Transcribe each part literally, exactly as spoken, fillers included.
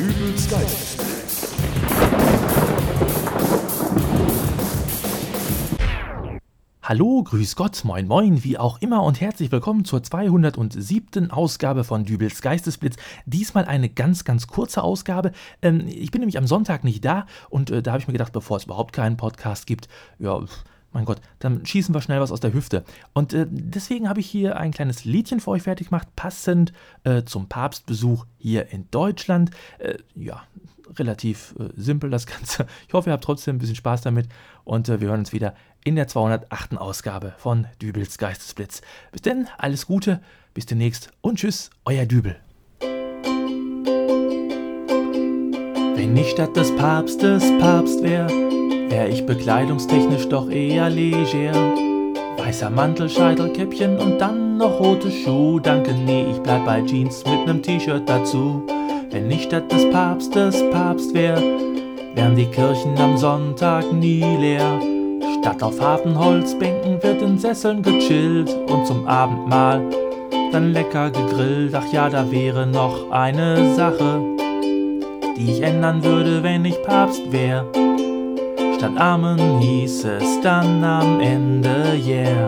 Dübels Geistesblitz. Hallo, grüß Gott, moin moin, wie auch immer und herzlich willkommen zur zweihundertsiebten Ausgabe von Dübels Geistesblitz. Diesmal eine ganz, ganz kurze Ausgabe. Ähm, ich bin nämlich am Sonntag nicht da und äh, da habe ich mir gedacht, bevor es überhaupt keinen Podcast gibt, ja, mein Gott, dann schießen wir schnell was aus der Hüfte. Und äh, deswegen habe ich hier ein kleines Liedchen für euch fertig gemacht, passend äh, zum Papstbesuch hier in Deutschland. Äh, ja, relativ äh, simpel das Ganze. Ich hoffe, ihr habt trotzdem ein bisschen Spaß damit und äh, wir hören uns wieder in der zweihundertachten Ausgabe von Dübels Geistesblitz. Bis denn, alles Gute, bis demnächst und tschüss, euer Dübel. Wenn ich statt des Papstes Papst wär, wär ich bekleidungstechnisch doch eher leger. Weißer Mantel, Scheitelkäppchen und dann noch rote Schuhe. Danke, nee, ich bleib bei Jeans mit nem T-Shirt dazu. Wenn ich statt des Papstes Papst wär, wären die Kirchen am Sonntag nie leer. Statt auf harten Holzbänken wird in Sesseln gechillt und zum Abendmahl dann lecker gegrillt. Ach ja, da wäre noch eine Sache, die ich ändern würde, wenn ich Papst wär. Statt Amen hieß es dann am Ende Yeah.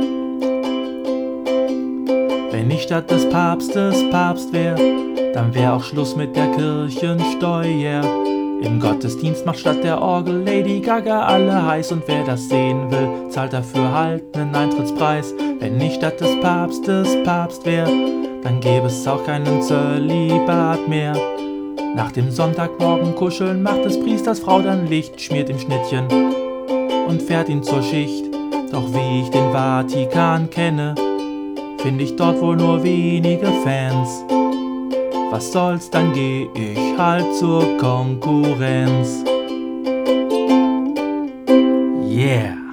Wenn ich statt des Papstes Papst wär, dann wär auch Schluss mit der Kirchensteuer. Im Gottesdienst macht statt der Orgel Lady Gaga alle heiß und wer das sehen will, zahlt dafür halt nen Eintrittspreis. Wenn ich statt des Papstes Papst wär, dann gäbe es auch keinen Zölibat mehr. Nach dem Sonntagmorgen kuscheln macht des Priesters Frau dann Licht, schmiert ihm Schnittchen und fährt ihn zur Schicht. Doch wie ich den Vatikan kenne, find ich dort wohl nur wenige Fans. Was soll's, dann geh ich halt zur Konkurrenz. Yeah!